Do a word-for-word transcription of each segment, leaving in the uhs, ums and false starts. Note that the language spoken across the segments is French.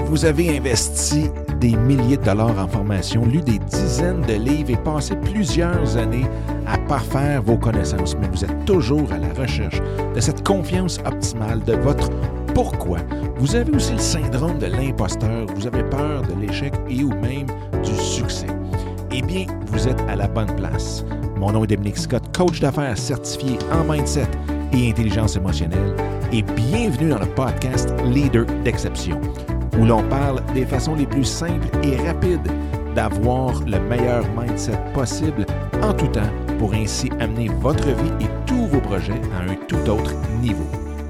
Vous avez investi des milliers de dollars en formation, lu des dizaines de livres et passé plusieurs années à parfaire vos connaissances, mais vous êtes toujours à la recherche de cette confiance optimale, de votre pourquoi. Vous avez aussi le syndrome de l'imposteur, vous avez peur de l'échec et ou même du succès. Eh bien, vous êtes à la bonne place. Mon nom est Dominique Scott, coach d'affaires certifié en mindset et intelligence émotionnelle, et bienvenue dans le podcast Leader d'exception, où l'on parle des façons les plus simples et rapides d'avoir le meilleur mindset possible en tout temps pour ainsi amener votre vie et tous vos projets à un tout autre niveau.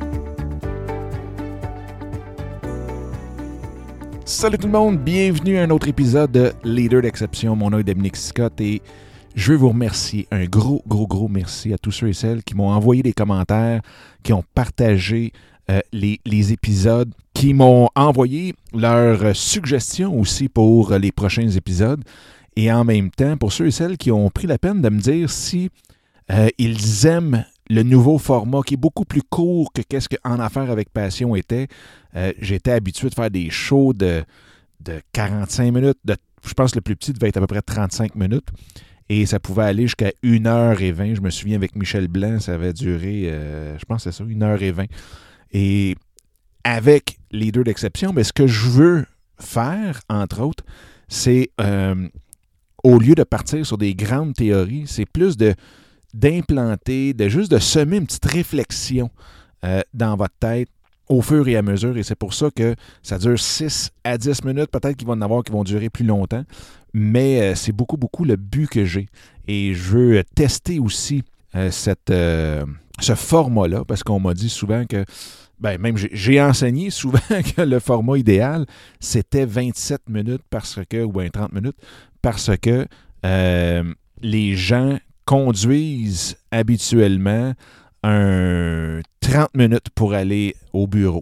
Salut tout le monde, bienvenue à un autre épisode de Leader d'exception. Mon nom est Dominique Scott et je veux vous remercier, un gros, gros, gros merci à tous ceux et celles qui m'ont envoyé des commentaires, qui ont partagé euh, les, les épisodes, qui m'ont envoyé leurs suggestions aussi pour les prochains épisodes. Et en même temps, pour ceux et celles qui ont pris la peine de me dire si euh, ils aiment le nouveau format qui est beaucoup plus court que qu'est-ce qu'en affaires avec passion était. Euh, j'étais habitué de faire des shows de, de quarante-cinq minutes. De, je pense que le plus petit devait être à peu près trente-cinq minutes. Et ça pouvait aller jusqu'à une heure vingt. Je me souviens avec Michel Blanc, ça avait duré, euh, je pense que c'est ça, une heure vingt. Et avec Leader d'exception, mais ce que je veux faire, entre autres, c'est, euh, au lieu de partir sur des grandes théories, c'est plus de d'implanter, de juste de semer une petite réflexion euh, dans votre tête au fur et à mesure. Et c'est pour ça que ça dure six à dix minutes. Peut-être qu'il va y en avoir qui vont durer plus longtemps. Mais euh, c'est beaucoup, beaucoup le but que j'ai. Et je veux tester aussi euh, cette, euh, ce format-là, parce qu'on m'a dit souvent que, ben même j'ai, j'ai enseigné souvent que le format idéal, c'était vingt-sept minutes parce que, ou bien trente minutes, parce que euh, les gens conduisent habituellement un trente minutes pour aller au bureau.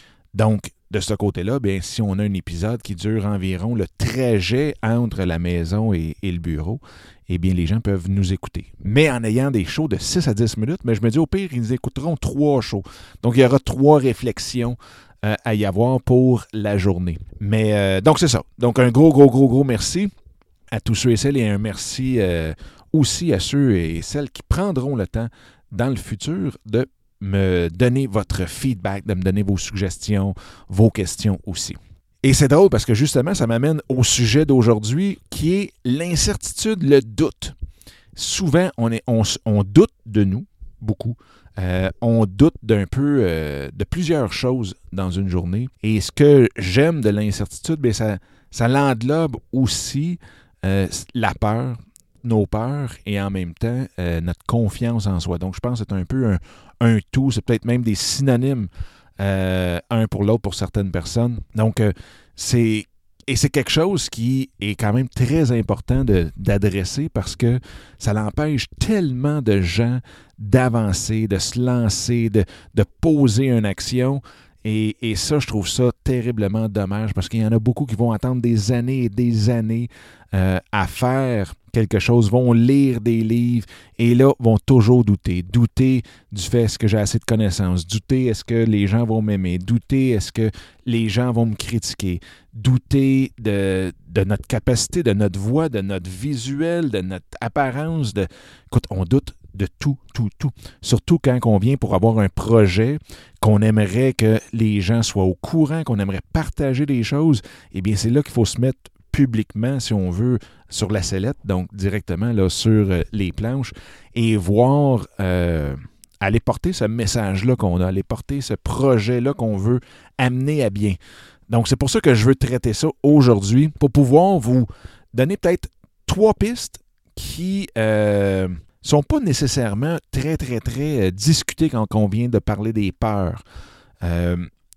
Donc, de ce côté-là, bien, si on a un épisode qui dure environ le trajet entre la maison et, et le bureau, eh bien, les gens peuvent nous écouter. Mais en ayant des shows de six à dix minutes, mais je me dis, au pire, ils nous écouteront trois shows. Donc, il y aura trois réflexions euh, à y avoir pour la journée. Mais, euh, donc, c'est ça. Donc, un gros, gros, gros, gros merci à tous ceux et celles, et un merci euh, aussi à ceux et celles qui prendront le temps dans le futur de me donner votre feedback, de me donner vos suggestions, vos questions aussi. Et c'est drôle parce que justement, ça m'amène au sujet d'aujourd'hui qui est l'incertitude, le doute. Souvent, on, est, on, on doute de nous, beaucoup. Euh, on doute d'un peu euh, de plusieurs choses dans une journée. Et ce que j'aime de l'incertitude, bien, ça, ça l'englobe aussi euh, la peur, nos peurs et en même temps euh, notre confiance en soi. Donc, je pense que c'est un peu un, un tout. C'est peut-être même des synonymes euh, un pour l'autre pour certaines personnes. Donc, euh, c'est et c'est quelque chose qui est quand même très important de, d'adresser parce que ça l'empêche tellement de gens d'avancer, de se lancer, de, de poser une action. Et, et ça, je trouve ça terriblement dommage parce qu'il y en a beaucoup qui vont attendre des années et des années euh, à faire quelque chose, vont lire des livres et là, vont toujours douter. Douter du fait, est-ce que j'ai assez de connaissances? Douter, est-ce que les gens vont m'aimer? Douter, est-ce que les gens vont me critiquer? Douter de, de notre capacité, de notre voix, de notre visuel, de notre apparence. De... Écoute, on doute de tout, tout, tout. Surtout quand on vient pour avoir un projet, qu'on aimerait que les gens soient au courant, qu'on aimerait partager des choses, eh bien, c'est là qu'il faut se mettre publiquement, si on veut, sur la sellette, donc directement là, sur euh, les planches, et voir, euh, aller porter ce message-là qu'on a, aller porter ce projet-là qu'on veut amener à bien. Donc, c'est pour ça que je veux traiter ça aujourd'hui, pour pouvoir vous donner peut-être trois pistes qui euh, sont pas nécessairement très, très, très euh, discutées quand on vient de parler des peurs. Euh,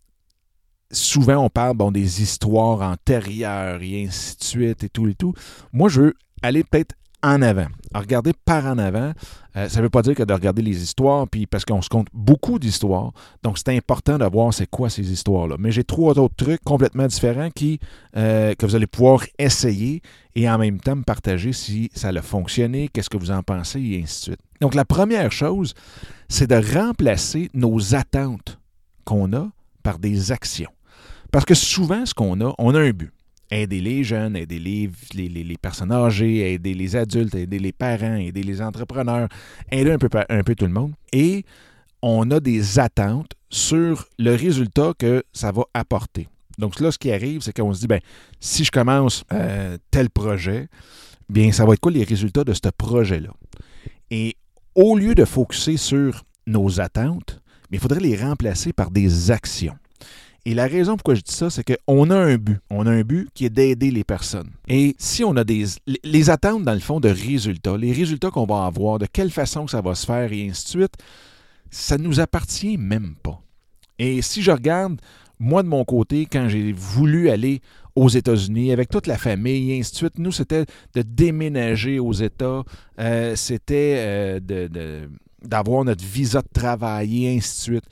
Souvent, on parle bon, des histoires antérieures et ainsi de suite et tout et tout. Moi, je veux aller peut-être en avant. Alors, regarder par en avant, euh, ça ne veut pas dire que de regarder les histoires, puis parce qu'on se compte beaucoup d'histoires. Donc, c'est important de voir c'est quoi ces histoires-là. Mais j'ai trois autres trucs complètement différents qui, euh, que vous allez pouvoir essayer et en même temps me partager si ça a fonctionné, qu'est-ce que vous en pensez et ainsi de suite. Donc, la première chose, c'est de remplacer nos attentes qu'on a par des actions. Parce que souvent, ce qu'on a, on a un but. Aider les jeunes, aider les, les, les, les personnes âgées, aider les adultes, aider les parents, aider les entrepreneurs, aider un peu, un peu tout le monde. Et on a des attentes sur le résultat que ça va apporter. Donc là, ce qui arrive, c'est qu'on se dit, ben, si je commence euh, tel projet, bien, ça va être quoi les résultats de ce projet-là? Et au lieu de focuser sur nos attentes, bien, il faudrait les remplacer par des actions. Et la raison pourquoi je dis ça, c'est qu'on a un but. On a un but qui est d'aider les personnes. Et si on a des... Les attentes, dans le fond, de résultats, les résultats qu'on va avoir, de quelle façon ça va se faire et ainsi de suite, ça ne nous appartient même pas. Et si je regarde, moi, de mon côté, quand j'ai voulu aller aux États-Unis avec toute la famille et ainsi de suite, nous, c'était de déménager aux États, euh, c'était euh, de, de, d'avoir notre visa de travail et ainsi de suite.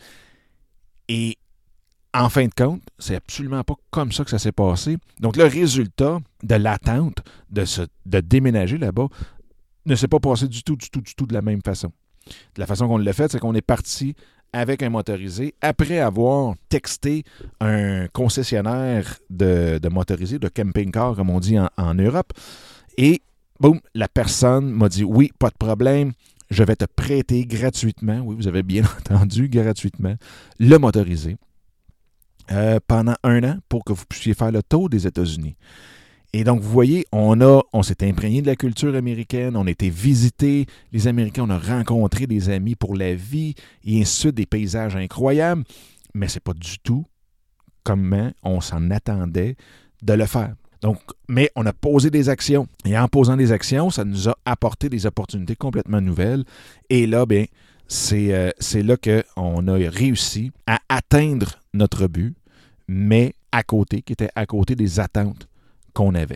Et en fin de compte, c'est absolument pas comme ça que ça s'est passé. Donc, le résultat de l'attente de, se, de déménager là-bas ne s'est pas passé du tout, du tout, du tout de la même façon. De la façon qu'on l'a fait, c'est qu'on est parti avec un motorisé après avoir texté un concessionnaire de, de motorisé, de camping-car, comme on dit en, en Europe. Et, boum, la personne m'a dit « Oui, pas de problème, je vais te prêter gratuitement, oui, vous avez bien entendu, gratuitement, le motorisé. Euh, pendant un an pour que vous puissiez faire le tour des États-Unis. » Et donc, vous voyez, on a, on s'est imprégné de la culture américaine, on a été visiter les Américains, on a rencontré des amis pour la vie, et ainsi de suite, des paysages incroyables, mais c'est pas du tout comment on s'en attendait de le faire. Donc, mais on a posé des actions, et en posant des actions, ça nous a apporté des opportunités complètement nouvelles, et là, bien, c'est, euh, c'est là qu'on a réussi à atteindre notre but, mais à côté, qui était à côté des attentes qu'on avait.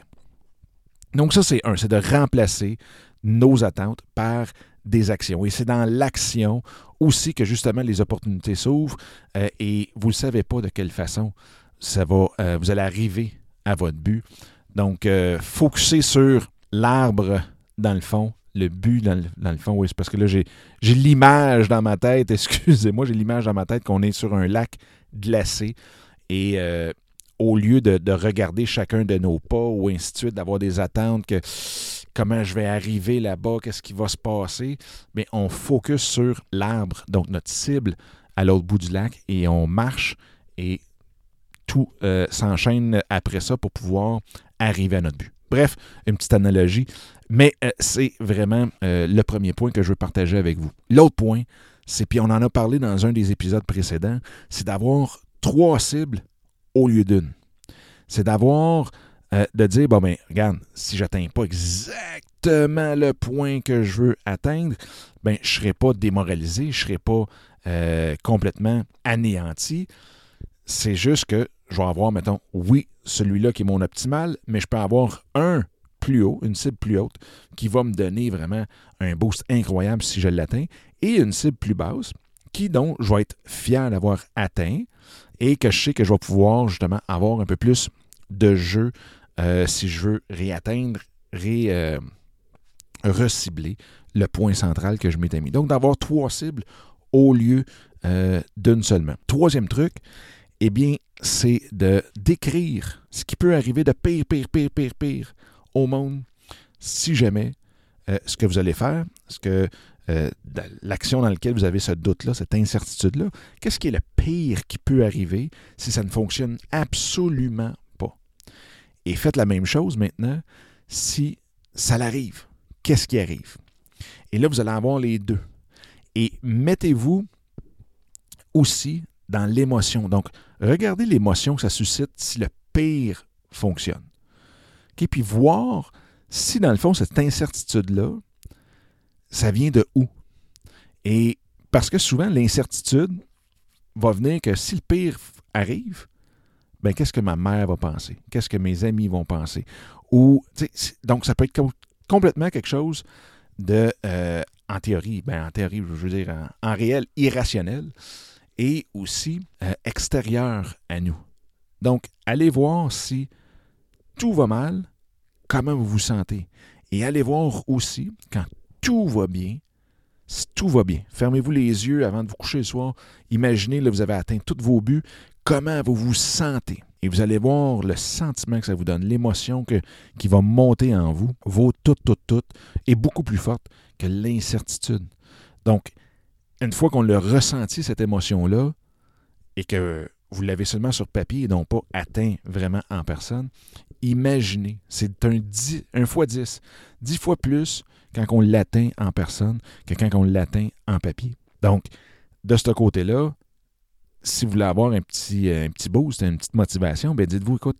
Donc ça, c'est un, c'est de remplacer nos attentes par des actions. Et c'est dans l'action aussi que justement les opportunités s'ouvrent euh, et vous ne savez pas de quelle façon ça va, euh, vous allez arriver à votre but. Donc, euh, focuser sur l'arbre dans le fond, le but dans le, dans le fond, oui, c'est parce que là, j'ai, j'ai l'image dans ma tête, excusez-moi, j'ai l'image dans ma tête qu'on est sur un lac glacé et euh, au lieu de, de regarder chacun de nos pas ou ainsi de suite, d'avoir des attentes que comment je vais arriver là-bas, qu'est-ce qui va se passer, bien, on focus sur l'arbre, donc notre cible à l'autre bout du lac et on marche et tout euh, s'enchaîne après ça pour pouvoir arriver à notre but. Bref, une petite analogie, mais euh, c'est vraiment euh, le premier point que je veux partager avec vous. L'autre point, c'est, puis on en a parlé dans un des épisodes précédents, c'est d'avoir trois cibles au lieu d'une. C'est d'avoir, euh, de dire, bon ben, regarde, si je n'atteins pas exactement le point que je veux atteindre, ben, je ne serai pas démoralisé, je ne serai pas euh, complètement anéanti. C'est juste que je vais avoir, mettons, oui, celui-là qui est mon optimal, mais je peux avoir un plus haut, une cible plus haute, qui va me donner vraiment un boost incroyable si je l'atteins, et une cible plus basse, qui donc je vais être fier d'avoir atteint, et que je sais que je vais pouvoir justement avoir un peu plus de jeu euh, si je veux réatteindre, ré, euh, recibler le point central que je m'étais mis. Donc, d'avoir trois cibles au lieu euh, d'une seulement. Troisième truc, eh bien, c'est de décrire ce qui peut arriver de pire, pire, pire, pire, pire au monde si jamais euh, ce que vous allez faire, ce que euh, l'action dans laquelle vous avez ce doute-là, cette incertitude-là, qu'est-ce qui est le pire qui peut arriver si ça ne fonctionne absolument pas? Et faites la même chose maintenant si ça l'arrive. Qu'est-ce qui arrive? Et là, vous allez avoir les deux. Et mettez-vous aussi dans l'émotion. Donc, regardez l'émotion que ça suscite si le pire fonctionne. Okay? Puis voir si, dans le fond, cette incertitude-là, ça vient de où? Et parce que souvent, l'incertitude va venir que si le pire arrive, bien, qu'est-ce que ma mère va penser? Qu'est-ce que mes amis vont penser? Ou, donc, ça peut être complètement quelque chose de, euh, en théorie, ben, en théorie, je veux dire, en, en réel, irrationnel, et aussi euh, extérieur à nous. Donc, allez voir si tout va mal, comment vous vous sentez. Et allez voir aussi, quand tout va bien, si tout va bien. Fermez-vous les yeux avant de vous coucher le soir. Imaginez, là, vous avez atteint tous vos buts, comment vous vous sentez. Et vous allez voir le sentiment que ça vous donne, l'émotion que, qui va monter en vous, vaut toute, toute, toute, et beaucoup plus forte que l'incertitude. Donc, une fois qu'on l'a ressenti, cette émotion-là, et que vous l'avez seulement sur papier et non pas atteint vraiment en personne, imaginez, c'est un, dix, un fois dix, dix fois plus quand on l'atteint en personne que quand on l'atteint en papier. Donc, de ce côté-là, si vous voulez avoir un petit, un petit boost, une petite motivation, bien dites-vous, écoute,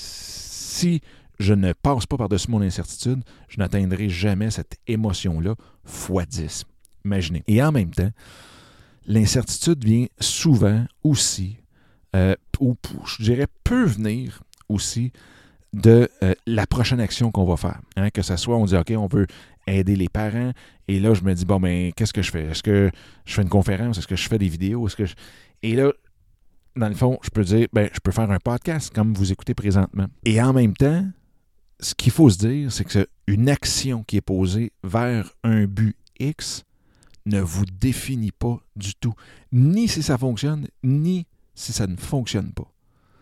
si je ne passe pas par-dessus mon incertitude, je n'atteindrai jamais cette émotion-là fois dix. Imaginez. Et en même temps, l'incertitude vient souvent aussi, euh, ou je dirais peut venir aussi de euh, la prochaine action qu'on va faire. Hein? Que ce soit, on dit, OK, on veut aider les parents, et là, je me dis, bon, ben, qu'est-ce que je fais? Est-ce que je fais une conférence? Est-ce que je fais des vidéos? Est-ce que je... Et là, dans le fond, je peux dire, ben, je peux faire un podcast comme vous écoutez présentement. Et en même temps, ce qu'il faut se dire, c'est que une action qui est posée vers un but X ne vous définit pas du tout, ni si ça fonctionne, ni si ça ne fonctionne pas.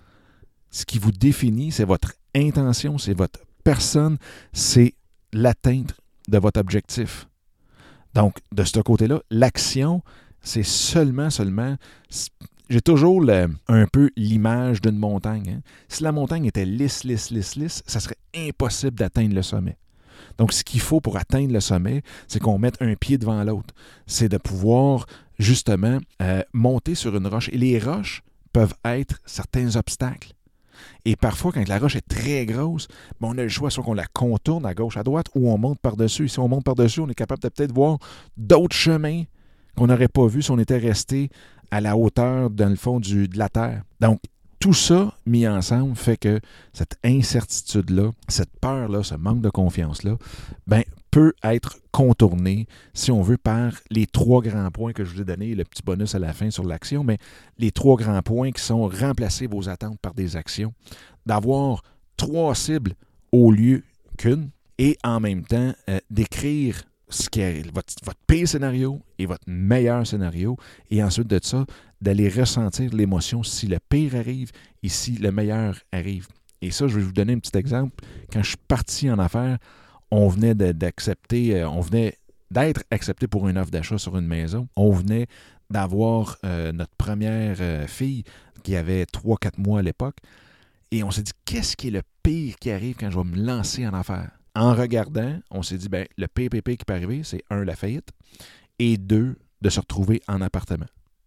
Ce qui vous définit, c'est votre intention, c'est votre personne, c'est l'atteinte de votre objectif. Donc, de ce côté-là, l'action, c'est seulement, seulement... J'ai toujours le, un peu l'image d'une montagne. Hein. Si la montagne était lisse, lisse, lisse, lisse, ça serait impossible d'atteindre le sommet. Donc, ce qu'il faut pour atteindre le sommet, c'est qu'on mette un pied devant l'autre. C'est de pouvoir, justement, euh, monter sur une roche. Et les roches peuvent être certains obstacles. Et parfois, quand la roche est très grosse, ben on a le choix, soit qu'on la contourne à gauche, à droite, ou on monte par-dessus. Et si on monte par-dessus, on est capable de peut-être voir d'autres chemins qu'on n'aurait pas vus si on était resté à la hauteur, dans le fond, du, de la terre. Donc, tout ça mis ensemble fait que cette incertitude-là, cette peur-là, ce manque de confiance-là, ben, peut être contourné, si on veut, par les trois grands points que je vous ai donnés, le petit bonus à la fin sur l'action, mais les trois grands points qui sont remplacer vos attentes par des actions, d'avoir trois cibles au lieu qu'une, et en même temps, euh, d'écrire ce qui est votre, votre pire scénario et votre meilleur scénario, et ensuite de ça, d'aller ressentir l'émotion si le pire arrive et si le meilleur arrive. Et ça, je vais vous donner un petit exemple. Quand je suis parti en affaires, on venait de, d'accepter, on venait d'être accepté pour une offre d'achat sur une maison. On venait d'avoir euh, notre première euh, fille qui avait trois quatre mois à l'époque. Et on s'est dit, qu'est-ce qui est le pire qui arrive quand je vais me lancer en affaires? En regardant, on s'est dit, ben le pire, pire, pire qui peut arriver, c'est un, la faillite, et deux, de se retrouver en appartement.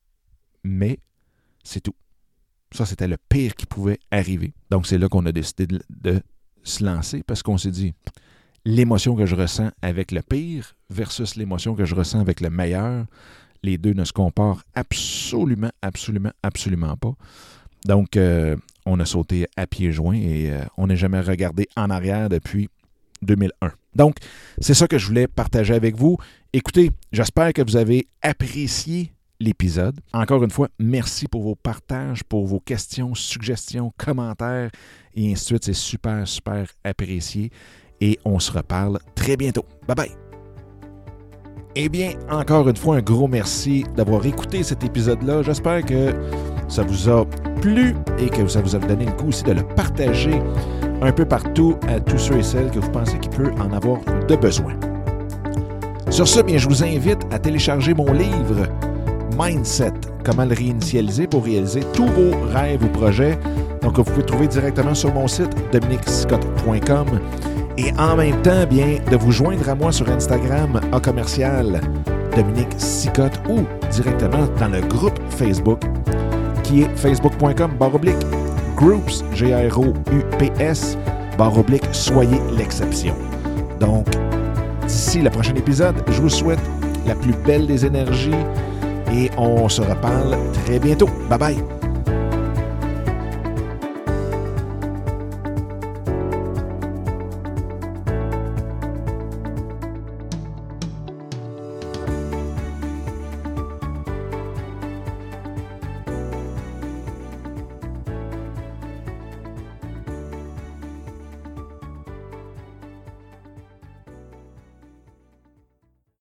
Mais c'est tout. Ça, c'était le pire qui pouvait arriver. Donc, c'est là qu'on a décidé de, de se lancer parce qu'on s'est dit, l'émotion que je ressens avec le pire versus l'émotion que je ressens avec le meilleur, les deux ne se comparent absolument, absolument, absolument pas. Donc, euh, on a sauté à pieds joints et euh, on n'a jamais regardé en arrière depuis deux mille un. Donc, c'est ça que je voulais partager avec vous. Écoutez, j'espère que vous avez apprécié l'épisode. Encore une fois, merci pour vos partages, pour vos questions, suggestions, commentaires et ainsi de suite. C'est super, super apprécié. Et on se reparle très bientôt. Bye bye! Eh bien, encore une fois, un gros merci d'avoir écouté cet épisode-là. J'espère que ça vous a plu et que ça vous a donné le coup aussi de le partager un peu partout à tous ceux et celles que vous pensez qu'il peut en avoir de besoin. Sur ce, bien, je vous invite à télécharger mon livre Mindset, comment le réinitialiser pour réaliser tous vos rêves ou projets. Donc, vous pouvez trouver directement sur mon site dominique sicotte point com. Et en même temps, bien, de vous joindre à moi sur Instagram à commercial Dominique Sicotte ou directement dans le groupe Facebook qui est facebook point com barre oblique groups, G R O U P S, barre oblique, soyez l'exception. Donc, d'ici le prochain épisode, je vous souhaite la plus belle des énergies et on se reparle très bientôt. Bye bye!